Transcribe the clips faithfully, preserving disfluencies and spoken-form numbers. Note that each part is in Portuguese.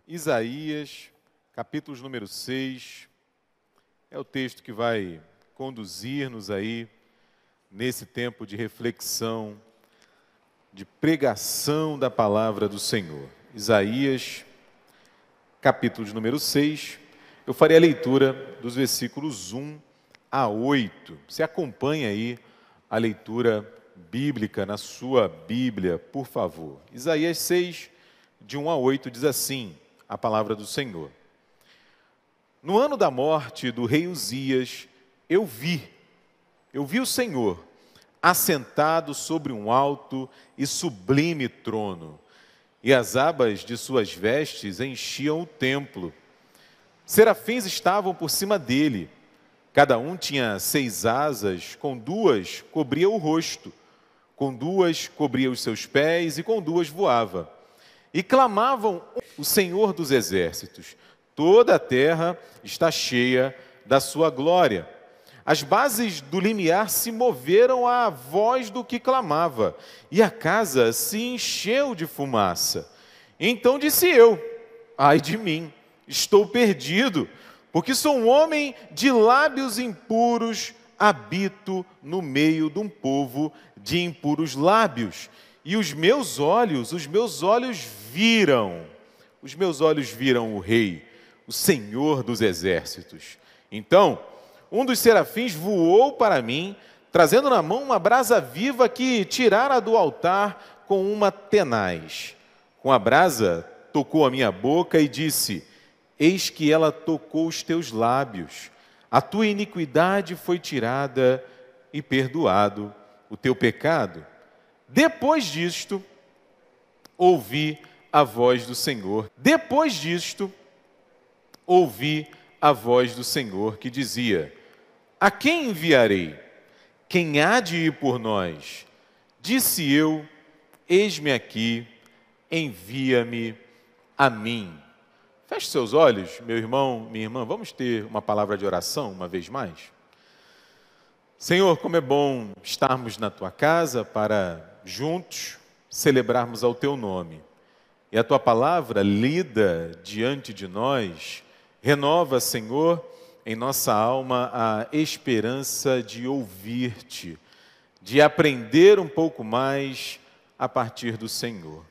Isaías, capítulo número seis, é o texto que vai conduzir-nos aí nesse tempo de reflexão, de pregação da palavra do Senhor. Isaías, capítulo número seis, eu farei a leitura dos versículos um a oito. Você acompanha aí a leitura bíblica na sua Bíblia, por favor. Isaías seis, de um a oito, diz assim a palavra do Senhor. No ano da morte do rei Uzias, eu vi, eu vi o Senhor assentado sobre um alto e sublime trono, e as abas de suas vestes enchiam o templo. Serafins estavam por cima dele, cada um tinha seis asas, com duas cobria o rosto, com duas cobria os seus pés e com duas voava. E clamavam o Senhor dos exércitos, toda a terra está cheia da sua glória. As bases do limiar se moveram à voz do que clamava, e a casa se encheu de fumaça. Então disse eu, ai de mim, estou perdido, porque sou um homem de lábios impuros, habito no meio de um povo de impuros lábios. E os meus olhos, os meus olhos viram, os meus olhos viram o Rei, o Senhor dos exércitos. Então, um dos serafins voou para mim, trazendo na mão uma brasa viva que tirara do altar com uma tenaz. Com a brasa, tocou a minha boca e disse, eis que ela tocou os teus lábios. A tua iniquidade foi tirada e perdoado o teu pecado. Depois disto, ouvi a voz do Senhor. Depois disto, ouvi a voz do Senhor que dizia, a quem enviarei? Quem há de ir por nós? Disse eu, eis-me aqui, envia-me a mim. Feche seus olhos, meu irmão, minha irmã, vamos ter uma palavra de oração uma vez mais? Senhor, como é bom estarmos na Tua casa para juntos celebrarmos ao Teu nome. E a Tua palavra, lida diante de nós, renova, Senhor, em nossa alma a esperança de ouvir-te, de aprender um pouco mais a partir do Senhor.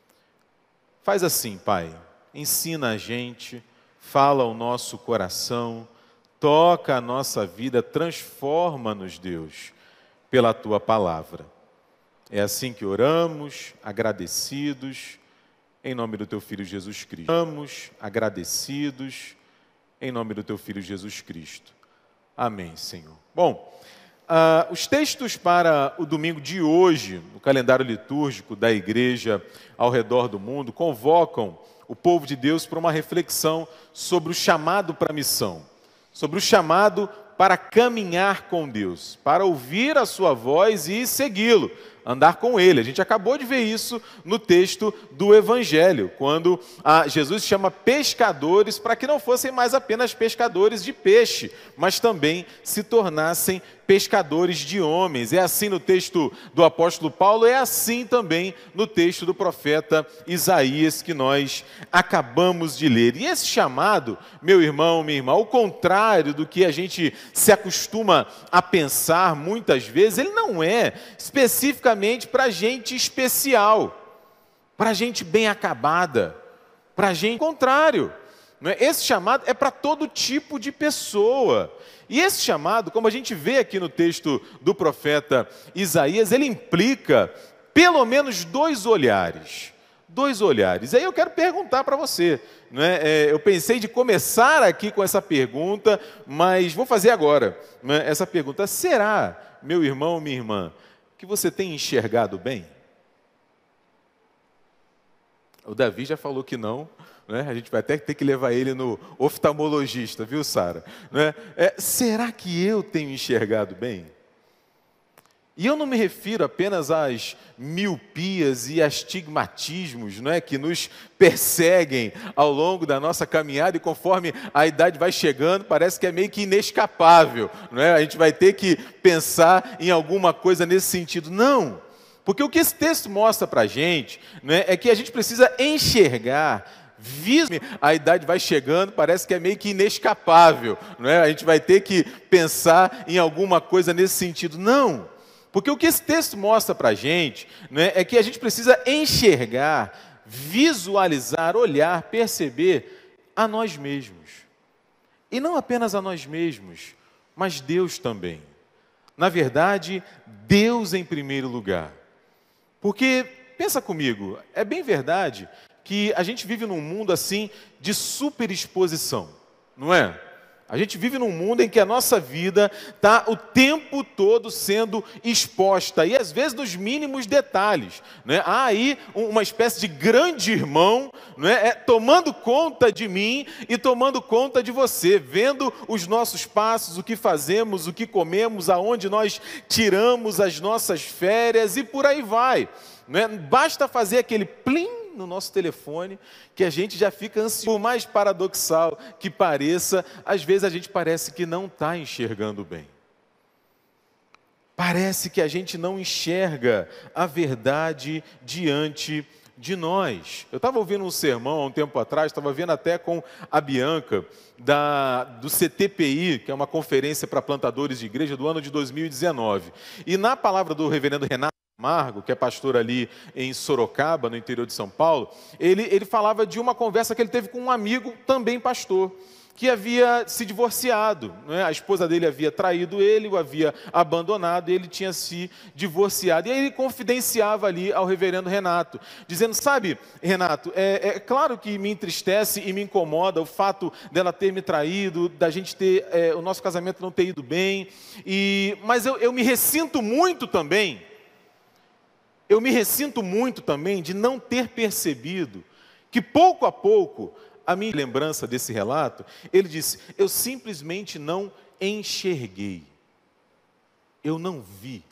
Faz assim, Pai, ensina a gente, fala ao nosso coração, toca a nossa vida, transforma-nos, Deus, pela Tua palavra. É assim que oramos, agradecidos, em nome do Teu Filho Jesus Cristo. Oramos, agradecidos, em nome do Teu Filho Jesus Cristo. Amém, Senhor. Bom, uh, os textos para o domingo de hoje, no calendário litúrgico da igreja ao redor do mundo, convocam o povo de Deus para uma reflexão sobre o chamado para a missão, sobre o chamado para caminhar com Deus, para ouvir a sua voz e segui-lo, andar com Ele. A gente acabou de ver isso no texto do Evangelho, quando ah, Jesus chama pescadores para que não fossem mais apenas pescadores de peixe, mas também se tornassem pescadores de homens. É assim no texto do apóstolo Paulo, é assim também no texto do profeta Isaías, que nós acabamos de ler. E esse chamado, meu irmão, minha irmã, ao contrário do que a gente se acostuma a pensar muitas vezes, ele não é especificamente para gente especial, para gente bem acabada, para gente contrário. Não é? Esse chamado é para todo tipo de pessoa. E esse chamado, como a gente vê aqui no texto do profeta Isaías, ele implica pelo menos dois olhares. Dois olhares. Aí eu quero perguntar para você. Não é? É, eu pensei de começar aqui com essa pergunta, mas vou fazer agora. Não é? Essa pergunta, será, meu irmão, minha irmã, que você tem enxergado bem? O Davi já falou que não. Não é? A gente vai até ter que levar ele no oftalmologista, viu, Sara? Não é? É, será que eu tenho enxergado bem? E eu não me refiro apenas às miopias e astigmatismos, não é, que nos perseguem ao longo da nossa caminhada, e conforme a idade vai chegando, parece que é meio que inescapável. Não é? A gente vai ter que pensar em alguma coisa nesse sentido. Não, porque o que esse texto mostra para a gente, não é, é que a gente precisa enxergar A idade vai chegando, parece que é meio que inescapável, não é? A gente vai ter que pensar em alguma coisa nesse sentido. Não, porque o que esse texto mostra para a gente, não é, é que a gente precisa enxergar, visualizar, olhar, perceber a nós mesmos. E não apenas a nós mesmos, mas Deus também. Na verdade, Deus em primeiro lugar. Porque, pensa comigo, é bem verdade que a gente vive num mundo assim de superexposição, não é? A gente vive num mundo em que a nossa vida está o tempo todo sendo exposta, e às vezes nos mínimos detalhes, né? Há aí uma espécie de grande irmão, não é? É, tomando conta de mim e tomando conta de você, vendo os nossos passos, o que fazemos, o que comemos, aonde nós tiramos as nossas férias e por aí vai. Não é? Basta fazer aquele plim no nosso telefone, que a gente já fica ansioso. Por mais paradoxal que pareça, às vezes a gente parece que não está enxergando bem. Parece que a gente não enxerga a verdade diante de nós. Eu estava ouvindo um sermão há um tempo atrás, estava vendo até com a Bianca, da, do C T P I, que é uma conferência para plantadores de igreja do ano de dois mil e dezenove. E na palavra do reverendo Renato Margo, que é pastor ali em Sorocaba, no interior de São Paulo, ele, ele falava de uma conversa que ele teve com um amigo, também pastor, que havia se divorciado, né? A esposa dele havia traído ele, o havia abandonado, e ele tinha se divorciado. E aí ele confidenciava ali ao reverendo Renato, dizendo, sabe, Renato, é, é claro que me entristece e me incomoda o fato dela ter me traído, da gente ter, é, o nosso casamento não ter ido bem, e, mas eu, eu me ressinto muito também, Eu me ressinto muito também de não ter percebido que pouco a pouco, a minha lembrança desse relato, ele disse, eu simplesmente não enxerguei, eu não vi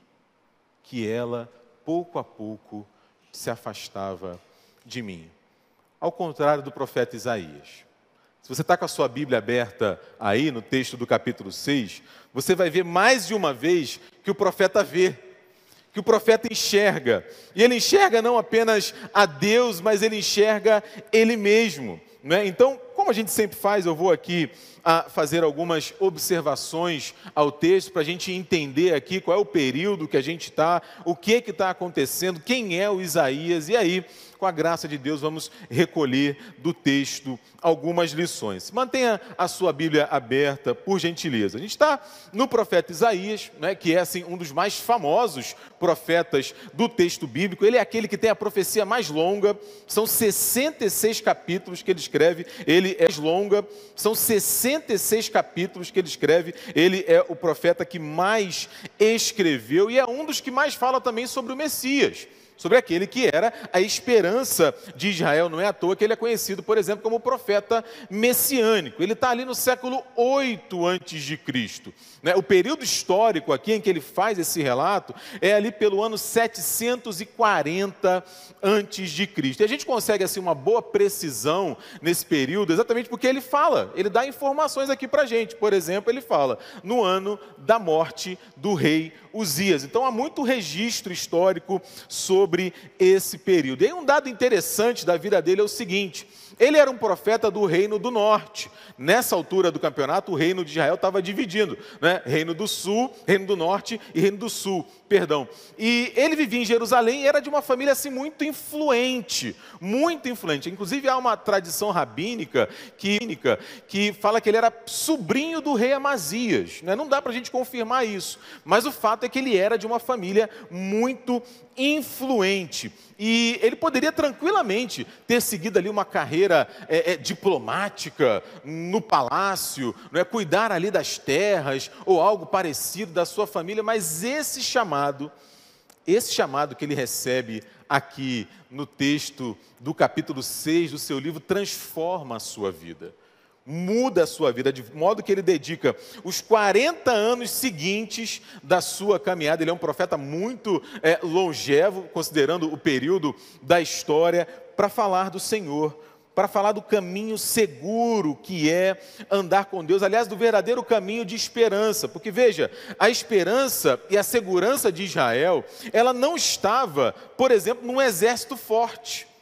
que ela pouco a pouco se afastava de mim. Ao contrário do profeta Isaías. Se você está com a sua Bíblia aberta aí no texto do capítulo seis, você vai ver mais de uma vez que o profeta vê, que o profeta enxerga, e ele enxerga não apenas a Deus, mas ele enxerga ele mesmo, né? Então, como a gente sempre faz, eu vou aqui a fazer algumas observações ao texto, para a gente entender aqui qual é o período que a gente está, o que que está acontecendo, quem é o Isaías, e aí, com a graça de Deus, vamos recolher do texto algumas lições. Mantenha a sua Bíblia aberta, por gentileza. A gente está no profeta Isaías, né, que é assim, um dos mais famosos profetas do texto bíblico. Ele é aquele que tem a profecia mais longa, são sessenta e seis capítulos que ele escreve, ele é mais longa, são sessenta e seis capítulos que ele escreve, ele é o profeta que mais escreveu e é um dos que mais fala também sobre o Messias, sobre aquele que era a esperança de Israel. Não é à toa que ele é conhecido, por exemplo, como profeta messiânico. Ele está ali no século oito antes de Cristo. Né? O período histórico aqui em que ele faz esse relato é ali pelo ano setecentos e quarenta antes de Cristo. E a gente consegue assim uma boa precisão nesse período, exatamente porque ele fala, ele dá informações aqui para a gente. Por exemplo, ele fala no ano da morte do rei Uzias. Então há muito registro histórico sobre esse período. E aí um dado interessante da vida dele é o seguinte: ele era um profeta do reino do norte. Nessa altura do campeonato, o reino de Israel estava dividindo, né? Reino do sul, reino do norte e reino do sul, perdão. E ele vivia em Jerusalém e era de uma família assim muito influente, muito influente. Inclusive há uma tradição rabínica que, que fala que ele era sobrinho do rei Amazias, né? Não dá para a gente confirmar isso, mas o fato é que ele era de uma família muito influente. E ele poderia tranquilamente ter seguido ali uma carreira é, é, diplomática no palácio, não é, cuidar ali das terras ou algo parecido da sua família, mas esse chamado, esse chamado que ele recebe aqui no texto do capítulo seis do seu livro transforma a sua vida. Muda a sua vida, de modo que ele dedica os quarenta anos seguintes da sua caminhada. Ele é um profeta muito é, longevo, considerando o período da história, para falar do Senhor, para falar do caminho seguro que é andar com Deus, aliás, do verdadeiro caminho de esperança, porque veja, a esperança e a segurança de Israel, ela não estava, por exemplo, num exército forte.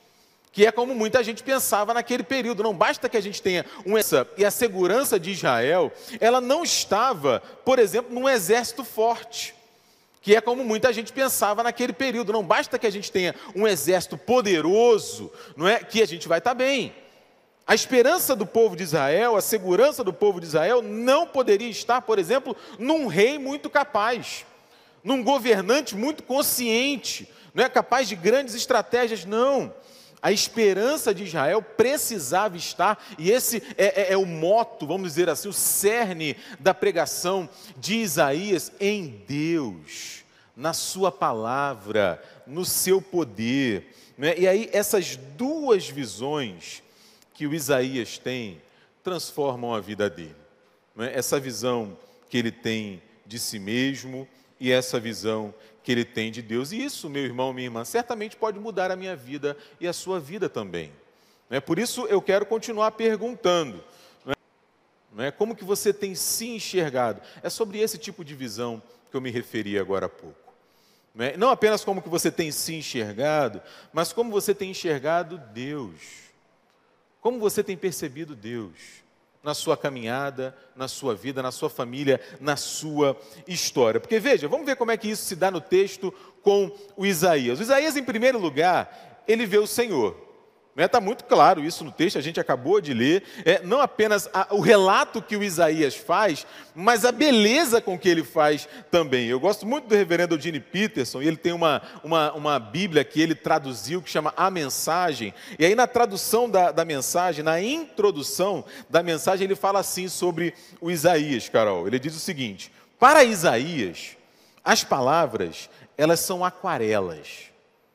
que é como muita gente pensava naquele período. Não basta que a gente tenha um exército. E a segurança de Israel, ela não estava, por exemplo, num exército forte, que é como muita gente pensava naquele período. Não basta que a gente tenha um exército poderoso, não é, que a gente vai estar bem. A esperança do povo de Israel, a segurança do povo de Israel não poderia estar, por exemplo, num rei muito capaz, num governante muito consciente, não é capaz de grandes estratégias, não. A esperança de Israel precisava estar, e esse é, é, é o moto, vamos dizer assim, o cerne da pregação de Isaías, em Deus, na sua palavra, no seu poder. Né? E aí essas duas visões que o Isaías tem, transformam a vida dele. Né? Essa visão que ele tem de si mesmo e essa visão que ele tem de Deus. E isso, meu irmão, minha irmã, certamente pode mudar a minha vida e a sua vida também. Né? Por isso eu quero continuar perguntando, não é? Não é? Como que você tem se enxergado? É sobre esse tipo de visão que eu me referi agora há pouco. Não é? Não apenas como que você tem se enxergado, mas como você tem enxergado Deus. Como você tem percebido Deus na sua caminhada, na sua vida, na sua família, na sua história? Porque veja, vamos ver como é que isso se dá no texto com o Isaías. O Isaías, em primeiro lugar, ele vê o Senhor. Está muito claro isso no texto, a gente acabou de ler. É, não apenas a, o relato que o Isaías faz, mas a beleza com que ele faz também. Eu gosto muito do reverendo Eugene Peterson, e ele tem uma, uma, uma Bíblia que ele traduziu, que chama A Mensagem. E aí na tradução da, da mensagem, na introdução da mensagem, ele fala assim sobre o Isaías, Carol. Ele diz o seguinte: para Isaías, as palavras, elas são aquarelas,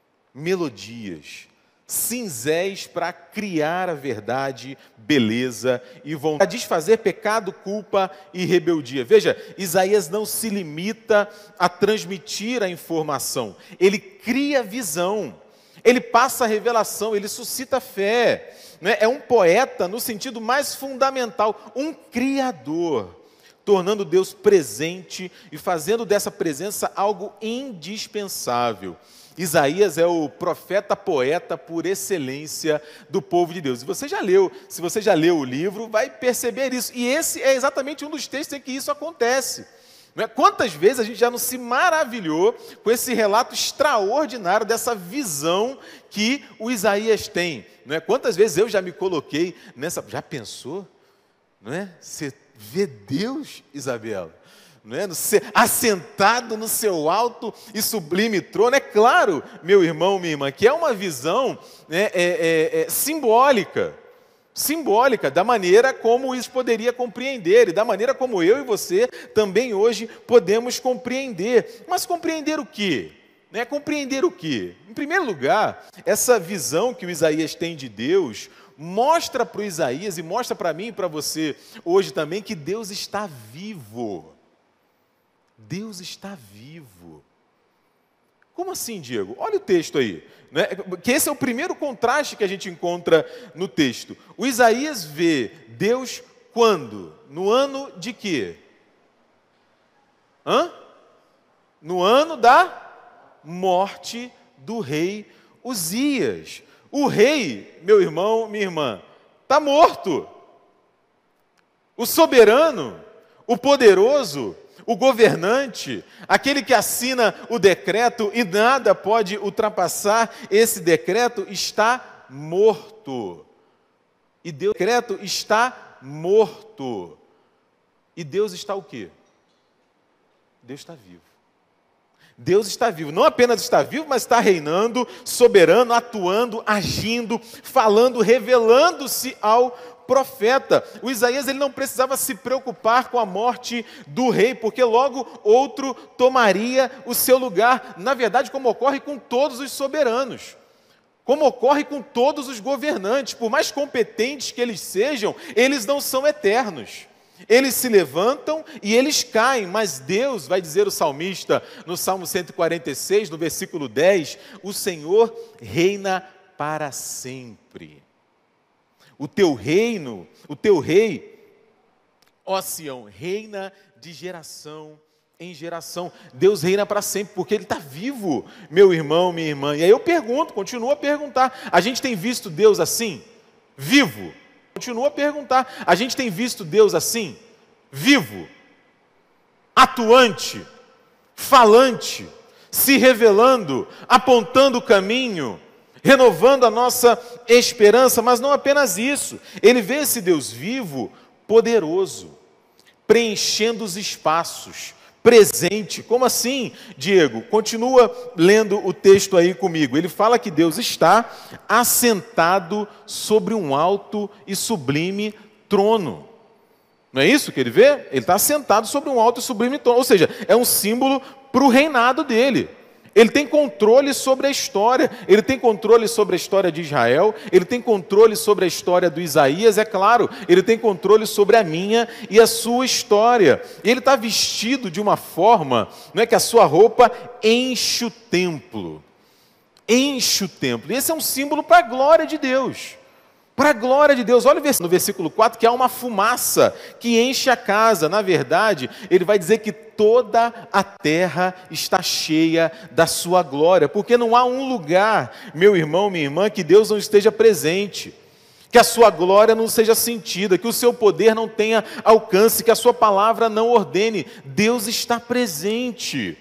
melodias, cinzéis para criar a verdade, beleza e vontade, para desfazer pecado, culpa e rebeldia. Veja, Isaías não se limita a transmitir a informação, ele cria visão, ele passa a revelação, ele suscita fé, né? É um poeta no sentido mais fundamental, um criador, tornando Deus presente e fazendo dessa presença algo indispensável. Isaías é o profeta poeta por excelência do povo de Deus. E você já leu, se você já leu o livro, vai perceber isso. E esse é exatamente um dos textos em que isso acontece. Não é? Quantas vezes a gente já não se maravilhou com esse relato extraordinário dessa visão que o Isaías tem. Não é? Quantas vezes eu já me coloquei nessa... Já pensou? Não é? Você vê Deus, Isabela? Não é? Assentado no seu alto e sublime trono. É claro, meu irmão, minha irmã, que é uma visão, né, é, é, é, simbólica, simbólica da maneira como isso poderia compreender, e da maneira como eu e você também hoje podemos compreender. Mas compreender o quê? Né? Compreender o quê? Em primeiro lugar, essa visão que o Isaías tem de Deus mostra para o Isaías e mostra para mim e para você hoje também que Deus está vivo. Deus está vivo. Como assim, Diego? Olha o texto aí, né? Que esse é o primeiro contraste que a gente encontra no texto. O Isaías vê Deus quando? No ano de quê? Hã? No ano da morte do rei Uzias. O rei, meu irmão, minha irmã, está morto. O soberano, o poderoso, o governante, aquele que assina o decreto e nada pode ultrapassar esse decreto, está morto. E Deus, o decreto está morto. E Deus está o quê? Deus está vivo. Deus está vivo. Não apenas está vivo, mas está reinando, soberano, atuando, agindo, falando, revelando-se ao profeta. O Isaías ele não precisava se preocupar com a morte do rei, porque logo outro tomaria o seu lugar. Na verdade, como ocorre com todos os soberanos, como ocorre com todos os governantes, por mais competentes que eles sejam, eles não são eternos. Eles se levantam e eles caem, mas Deus, vai dizer o salmista no Salmo cento e quarenta e seis, no versículo dez, o Senhor reina para sempre. O teu reino, o teu rei, ó Sião, reina de geração em geração. Deus reina para sempre, porque Ele está vivo, meu irmão, minha irmã. E aí eu pergunto, continuo a perguntar, a gente tem visto Deus assim? Vivo? Continuo a perguntar, a gente tem visto Deus assim? Vivo? Atuante? Falante? Se revelando? Apontando o caminho? Renovando a nossa esperança? Mas não apenas isso, Ele vê esse Deus vivo, poderoso, preenchendo os espaços, presente. Como assim, Diego? Continua lendo o texto aí comigo. Ele fala que Deus está assentado sobre um alto e sublime trono. Não é isso que ele vê? Ele está assentado sobre um alto e sublime trono. Ou seja, é um símbolo para o reinado dele. Ele tem controle sobre a história, ele tem controle sobre a história de Israel, ele tem controle sobre a história do Isaías, é claro, ele tem controle sobre a minha e a sua história. Ele está vestido de uma forma, não é, que a sua roupa enche o templo, enche o templo. E esse é um símbolo para a glória de Deus. Para a glória de Deus. Olha no versículo quatro, que há uma fumaça que enche a casa. Na verdade, ele vai dizer que toda a terra está cheia da sua glória, porque não há um lugar, meu irmão, minha irmã, que Deus não esteja presente, que a sua glória não seja sentida, que o seu poder não tenha alcance, que a sua palavra não ordene. Deus está presente.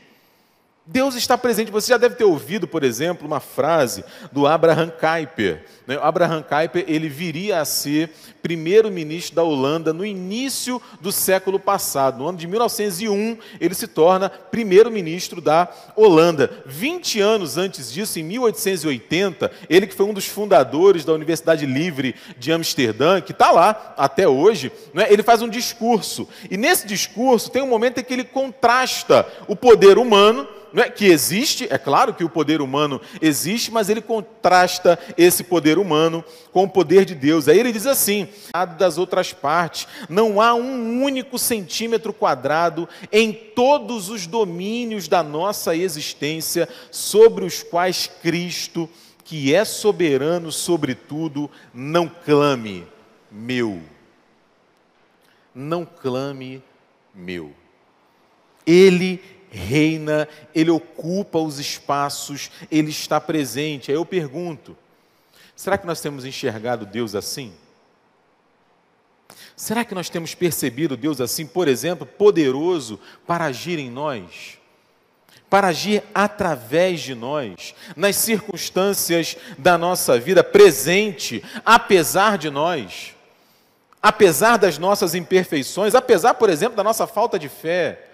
Deus está presente. Você já deve ter ouvido, por exemplo, uma frase do Abraham Kuyper. Né? O Abraham Kuyper, ele viria a ser primeiro-ministro da Holanda no início do século passado. No ano de mil novecentos e um, ele se torna primeiro-ministro da Holanda. vinte anos antes disso, em mil oitocentos e oitenta, ele que foi um dos fundadores da Universidade Livre de Amsterdã, que está lá até hoje, né? Ele faz um discurso. E nesse discurso tem um momento em que ele contrasta o poder humano, não é, que existe, é claro que o poder humano existe, mas ele contrasta esse poder humano com o poder de Deus. Aí ele diz assim, das outras partes, não há um único centímetro quadrado em todos os domínios da nossa existência sobre os quais Cristo, que é soberano sobre tudo, não clame meu. Não clame meu. Ele reina, Ele ocupa os espaços, Ele está presente. Aí eu pergunto, será que nós temos enxergado Deus assim? Será que nós temos percebido Deus assim, por exemplo, poderoso para agir em nós? Para agir através de nós, nas circunstâncias da nossa vida, presente, apesar de nós, apesar das nossas imperfeições, apesar, por exemplo, da nossa falta de fé,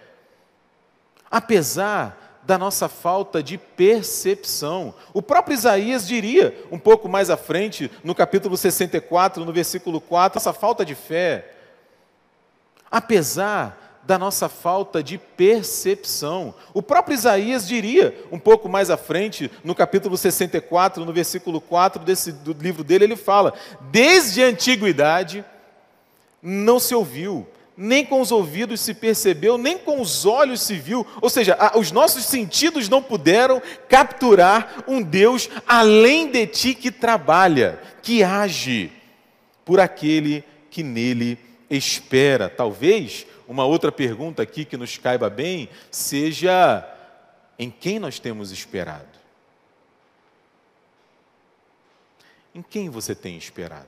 apesar da nossa falta de percepção. O próprio Isaías diria, um pouco mais à frente, no capítulo sessenta e quatro, no versículo quatro, nossa falta de fé, apesar da nossa falta de percepção. O próprio Isaías diria, um pouco mais à frente, no capítulo sessenta e quatro, no versículo quatro desse, do livro dele, ele fala, desde a antiguidade não se ouviu, nem com os ouvidos se percebeu, nem com os olhos se viu. Ou seja, os nossos sentidos não puderam capturar um Deus além de ti que trabalha, que age por aquele que nele espera. Talvez uma outra pergunta aqui que nos caiba bem seja: em quem nós temos esperado? Em quem você tem esperado?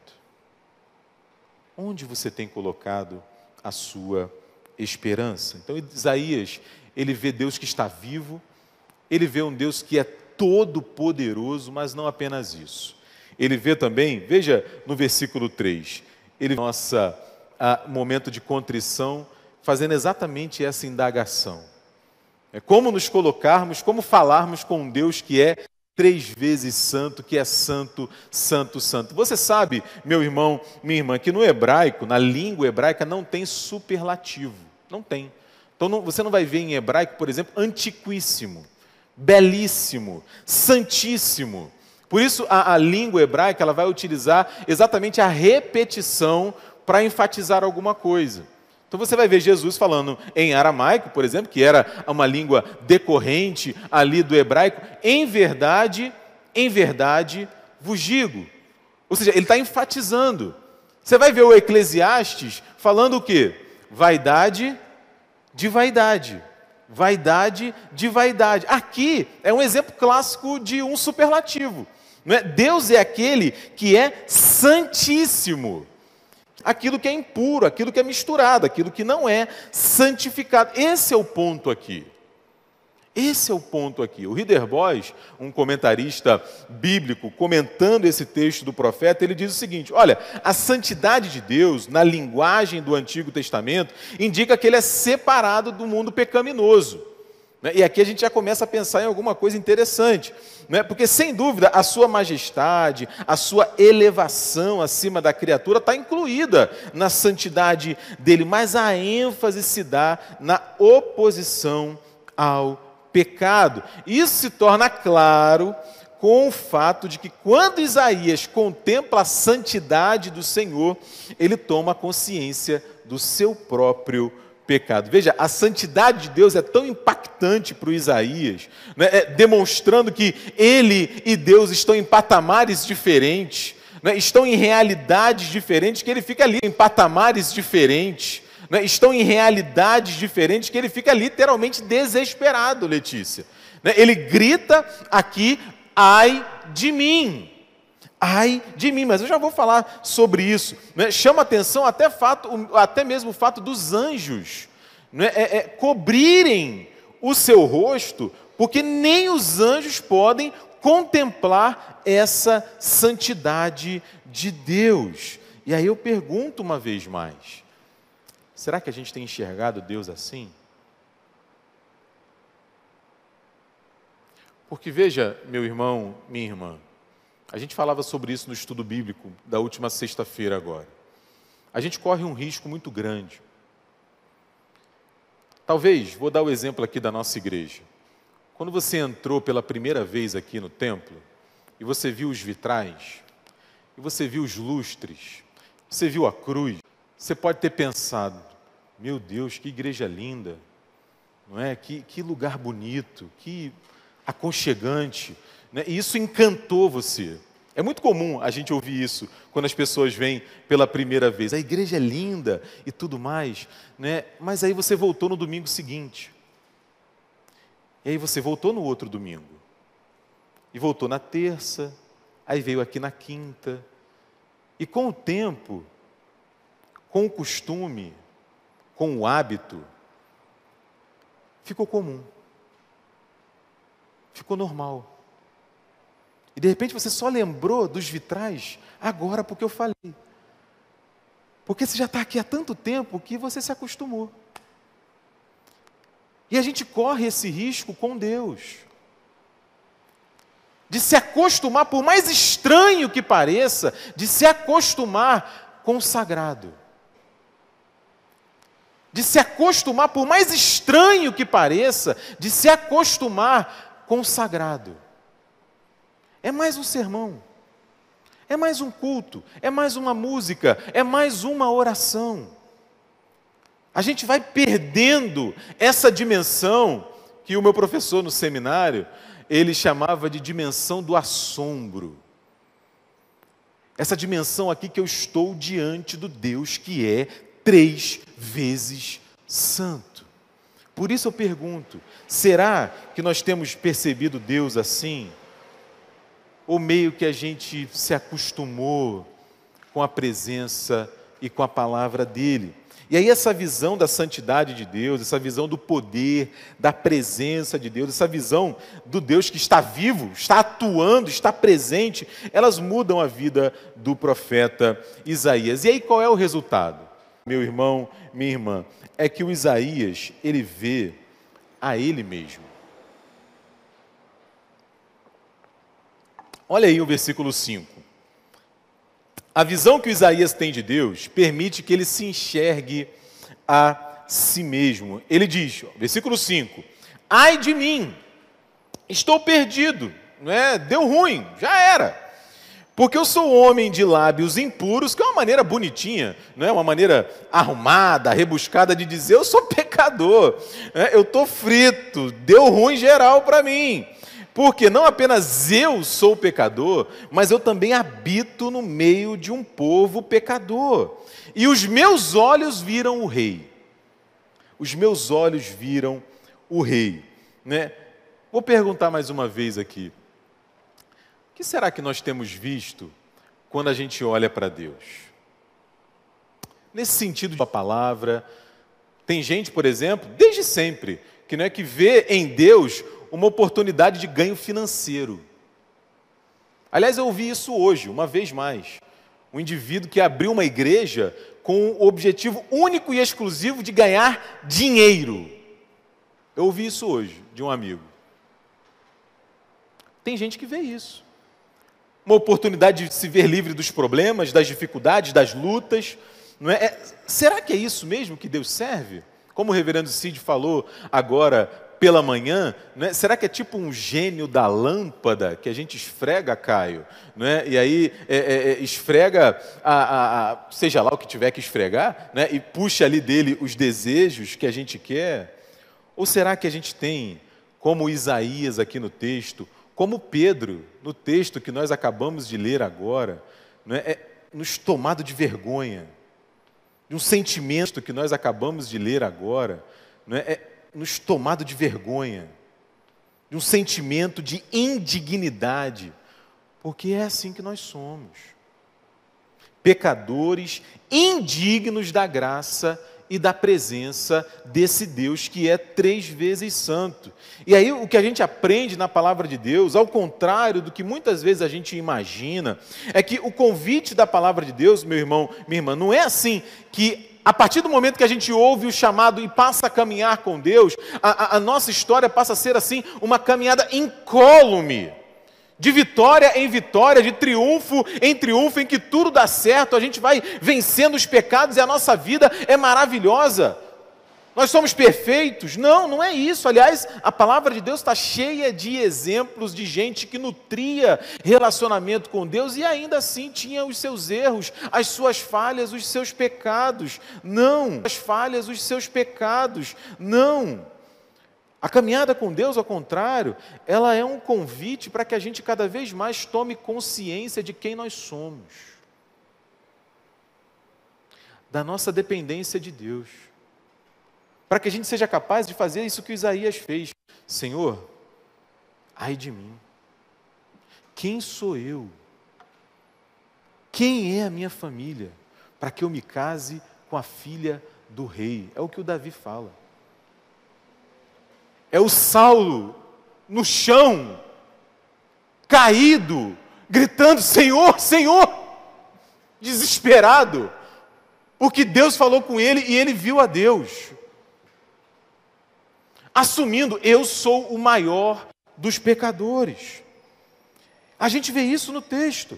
Onde você tem colocado a sua esperança? Então Isaías, ele vê Deus que está vivo, ele vê um Deus que é todo poderoso, mas não apenas isso. Ele vê também, veja no versículo três, ele vê nosso momento de contrição, fazendo exatamente essa indagação. É como nos colocarmos, como falarmos com um Deus que é três vezes santo, que é santo, santo, santo. Você sabe, meu irmão, minha irmã, que no hebraico, na língua hebraica, não tem superlativo. Não tem. Então não, você não vai ver em hebraico, por exemplo, antiquíssimo, belíssimo, santíssimo. Por isso a, a língua hebraica ela vai utilizar exatamente a repetição para enfatizar alguma coisa. Então você vai ver Jesus falando em aramaico, por exemplo, que era uma língua decorrente ali do hebraico. Em verdade, em verdade, vos digo. Ou seja, ele está enfatizando. Você vai ver o Eclesiastes falando o quê? Vaidade de vaidade. vaidade de vaidade. Aqui é um exemplo clássico de um superlativo. Não é? Deus é aquele que é santíssimo. Aquilo que é impuro, aquilo que é misturado, aquilo que não é santificado. Esse é o ponto aqui. Esse é o ponto aqui. O Ridderbois, um comentarista bíblico, comentando esse texto do profeta, ele diz o seguinte: olha, a santidade de Deus, na linguagem do Antigo Testamento, indica que ele é separado do mundo pecaminoso. E aqui a gente já começa a pensar em alguma coisa interessante, né? Porque, sem dúvida, a sua majestade, a sua elevação acima da criatura está incluída na santidade dele, mas a ênfase se dá na oposição ao pecado. Isso se torna claro com o fato de que, quando Isaías contempla a santidade do Senhor, ele toma consciência do seu próprio pecado. Veja, a santidade de Deus é tão impactante para o Isaías, né, é, demonstrando que ele e Deus estão em patamares diferentes, né, estão em realidades diferentes, que ele fica ali em patamares diferentes, né, estão em realidades diferentes, que ele fica literalmente desesperado, Letícia. Né, ele grita aqui: ai de mim. Ai de mim, mas eu já vou falar sobre isso. Né? Chama atenção até, fato, até mesmo o fato dos anjos, né? é, é, cobrirem o seu rosto, porque nem os anjos podem contemplar essa santidade de Deus. E aí eu pergunto uma vez mais: será que a gente tem enxergado Deus assim? Porque veja, meu irmão, minha irmã, a gente falava sobre isso no estudo bíblico da última sexta-feira agora. A gente corre um risco muito grande. Talvez, vou dar o exemplo aqui da nossa igreja. Quando você entrou pela primeira vez aqui no templo, e você viu os vitrais, e você viu os lustres, você viu a cruz, você pode ter pensado: meu Deus, que igreja linda, não é? Que, que lugar bonito, que aconchegante. Né? E isso encantou você. É muito comum a gente ouvir isso quando as pessoas vêm pela primeira vez. A igreja é linda e tudo mais, né? Mas aí você voltou no domingo seguinte. E aí você voltou no outro domingo. E voltou na terça, aí veio aqui na quinta. E com o tempo, com o costume, com o hábito, ficou comum. Ficou normal. E de repente você só lembrou dos vitrais agora porque eu falei. Porque você já está aqui há tanto tempo que você se acostumou. E a gente corre esse risco com Deus. De se acostumar, por mais estranho que pareça, de se acostumar com o sagrado. De se acostumar, por mais estranho que pareça, de se acostumar com o sagrado. É mais um sermão, é mais um culto, é mais uma música, é mais uma oração. A gente vai perdendo essa dimensão que o meu professor no seminário, ele chamava de dimensão do assombro. Essa dimensão aqui que eu estou diante do Deus que é três vezes santo. Por isso eu pergunto: será que nós temos percebido Deus assim? Ou meio que a gente se acostumou com a presença e com a palavra dele? E aí essa visão da santidade de Deus, essa visão do poder, da presença de Deus, essa visão do Deus que está vivo, está atuando, está presente, elas mudam a vida do profeta Isaías. E aí qual é o resultado? Meu irmão, minha irmã, é que o Isaías, ele vê a ele mesmo. Olha aí o versículo cinco. A visão que o Isaías tem de Deus permite que ele se enxergue a si mesmo. Ele diz, versículo cinco: ai de mim, estou perdido, não é? Deu ruim, já era. Porque eu sou homem de lábios impuros, que é uma maneira bonitinha, não é? Uma maneira arrumada, rebuscada de dizer: eu sou pecador, né? Eu estou frito, deu ruim geral para mim. Porque não apenas eu sou pecador, mas eu também habito no meio de um povo pecador. E os meus olhos viram o Rei. Os meus olhos viram o rei, né? Vou perguntar mais uma vez aqui. O que será que nós temos visto quando a gente olha para Deus? Nesse sentido da palavra, tem gente, por exemplo, desde sempre, que não é que vê em Deus uma oportunidade de ganho financeiro. Aliás, eu ouvi isso hoje, uma vez mais. Um indivíduo que abriu uma igreja com o objetivo único e exclusivo de ganhar dinheiro. Eu ouvi isso hoje, de um amigo. Tem gente que vê isso. Uma oportunidade de se ver livre dos problemas, das dificuldades, das lutas. Não é? É, será que é isso mesmo que Deus serve? Como o reverendo Cid falou agora pela manhã, não é? Será que é tipo um gênio da lâmpada que a gente esfrega, Caio? Não é? E aí é, é, esfrega, a, a, a, seja lá o que tiver que esfregar, né? E puxa ali dele os desejos que a gente quer? Ou será que a gente tem, como Isaías aqui no texto, como Pedro, no texto que nós acabamos de ler agora, não é? É nos tomado de vergonha, de um sentimento que nós acabamos de ler agora, não é? É nos tomado de vergonha, de um sentimento de indignidade, porque é assim que nós somos. Pecadores indignos da graça e da presença desse Deus que é três vezes santo. E aí o que a gente aprende na palavra de Deus, ao contrário do que muitas vezes a gente imagina, é que o convite da palavra de Deus, meu irmão, minha irmã, não é assim que a partir do momento que a gente ouve o chamado e passa a caminhar com Deus, a, a, a nossa história passa a ser assim, uma caminhada incólume, de vitória em vitória, de triunfo em triunfo, em que tudo dá certo, a gente vai vencendo os pecados e a nossa vida é maravilhosa. Nós somos perfeitos? Não, não é isso. Aliás, a palavra de Deus está cheia de exemplos de gente que nutria relacionamento com Deus e ainda assim tinha os seus erros, as suas falhas, os seus pecados. Não, as falhas, os seus pecados. Não. A caminhada com Deus, ao contrário, ela é um convite para que a gente cada vez mais tome consciência de quem nós somos, da nossa dependência de Deus, para que a gente seja capaz de fazer isso que Isaías fez. Senhor, ai de mim, quem sou eu? Quem é a minha família para que eu me case com a filha do rei? É o que o Davi fala. É o Saulo no chão, caído, gritando, Senhor, Senhor, desesperado, porque Deus falou com ele e ele viu a Deus. Assumindo, eu sou o maior dos pecadores. A gente vê isso no texto.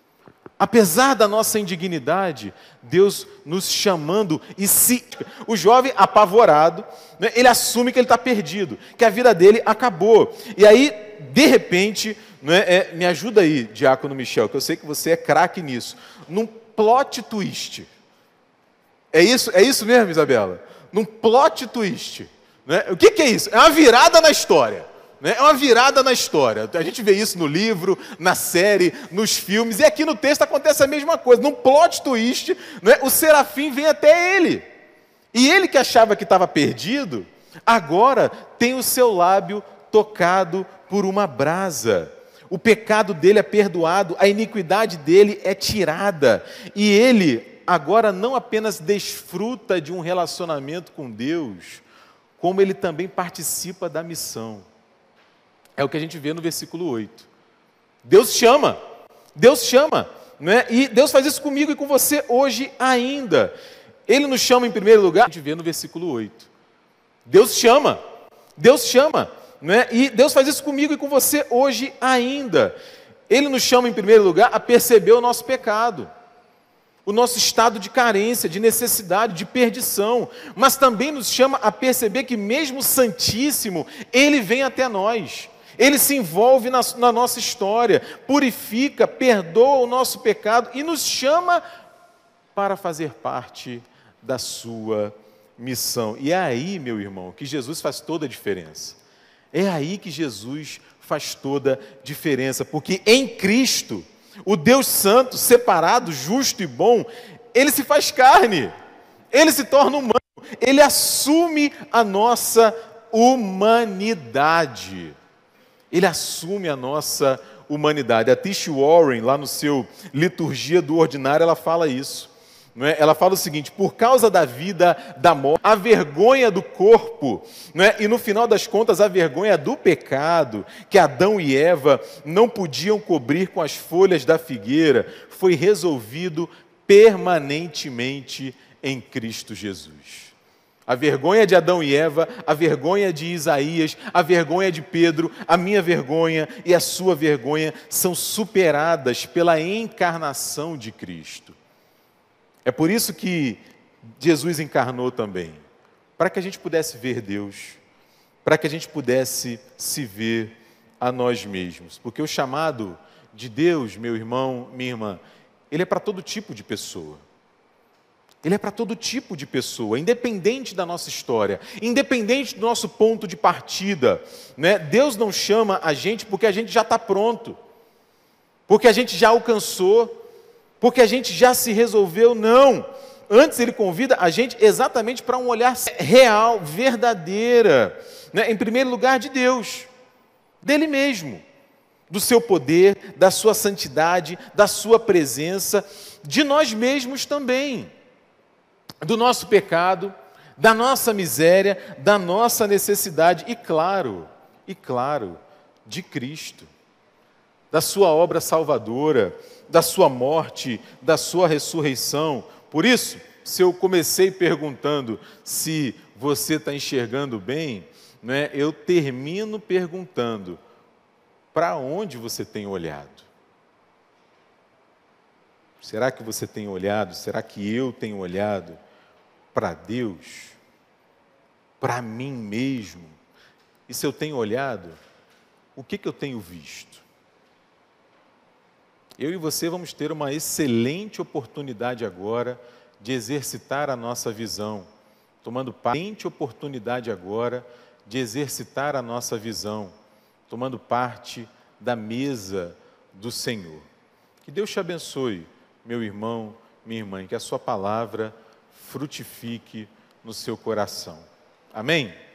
Apesar da nossa indignidade, Deus nos chamando e se... O jovem apavorado, né, ele assume que ele está perdido, que a vida dele acabou. E aí, de repente, né, é, me ajuda aí, Diácono Michel, que eu sei que você é craque nisso, num plot twist. É isso, é isso mesmo, Isabela? Num plot twist. Né? O que, que é isso? É uma virada na história. Né? É uma virada na história. A gente vê isso no livro, na série, nos filmes, e aqui no texto acontece a mesma coisa. Num plot twist, né, o serafim vem até ele. E ele que achava que estava perdido, agora tem o seu lábio tocado por uma brasa. O pecado dele é perdoado, a iniquidade dele é tirada. E ele agora não apenas desfruta de um relacionamento com Deus, como ele também participa da missão. É o que a gente vê no versículo oito. Deus chama, Deus chama, né? E Deus faz isso comigo e com você hoje ainda. Ele nos chama em primeiro lugar, a gente vê no versículo oito. Deus chama, Deus chama, né? E Deus faz isso comigo e com você hoje ainda. Ele nos chama em primeiro lugar a perceber o nosso pecado, o nosso estado de carência, de necessidade, de perdição, mas também nos chama a perceber que mesmo Santíssimo, Ele vem até nós, Ele se envolve na, na nossa história, purifica, perdoa o nosso pecado e nos chama para fazer parte da sua missão. E é aí, meu irmão, que Jesus faz toda a diferença. É aí que Jesus faz toda a diferença, porque em Cristo, o Deus Santo, separado, justo e bom, Ele se faz carne, Ele se torna humano, Ele assume a nossa humanidade. Ele assume a nossa humanidade. A Tish Warren, lá no seu Liturgia do Ordinário, ela fala isso. Não é? Ela fala o seguinte: por causa da vida, da morte, a vergonha do corpo, não é? E no final das contas a vergonha do pecado, que Adão e Eva não podiam cobrir com as folhas da figueira, foi resolvido permanentemente em Cristo Jesus. A vergonha de Adão e Eva, a vergonha de Isaías, a vergonha de Pedro, a minha vergonha e a sua vergonha são superadas pela encarnação de Cristo. É por isso que Jesus encarnou também, para que a gente pudesse ver Deus, para que a gente pudesse se ver a nós mesmos. Porque o chamado de Deus, meu irmão, minha irmã, ele é para todo tipo de pessoa. Ele é para todo tipo de pessoa, independente da nossa história, independente do nosso ponto de partida, né? Deus não chama a gente porque a gente já está pronto, porque a gente já alcançou, porque a gente já se resolveu, não. Antes Ele convida a gente exatamente para um olhar real, verdadeira, né? Em primeiro lugar de Deus, dele mesmo, do seu poder, da sua santidade, da sua presença, de nós mesmos também, do nosso pecado, da nossa miséria, da nossa necessidade e claro, e claro, de Cristo, da sua obra salvadora, da sua morte, da sua ressurreição. Por isso, se eu comecei perguntando se você está enxergando bem, né, eu termino perguntando: para onde você tem olhado? Será que você tem olhado? Será que eu tenho olhado para Deus? Para mim mesmo? E se eu tenho olhado, o que, que eu tenho visto? Eu e você vamos ter uma excelente oportunidade agora de exercitar a nossa visão, tomando parte, excelente oportunidade agora de exercitar a nossa visão, tomando parte da mesa do Senhor. Que Deus te abençoe, meu irmão, minha irmã, que a sua palavra frutifique no seu coração. Amém?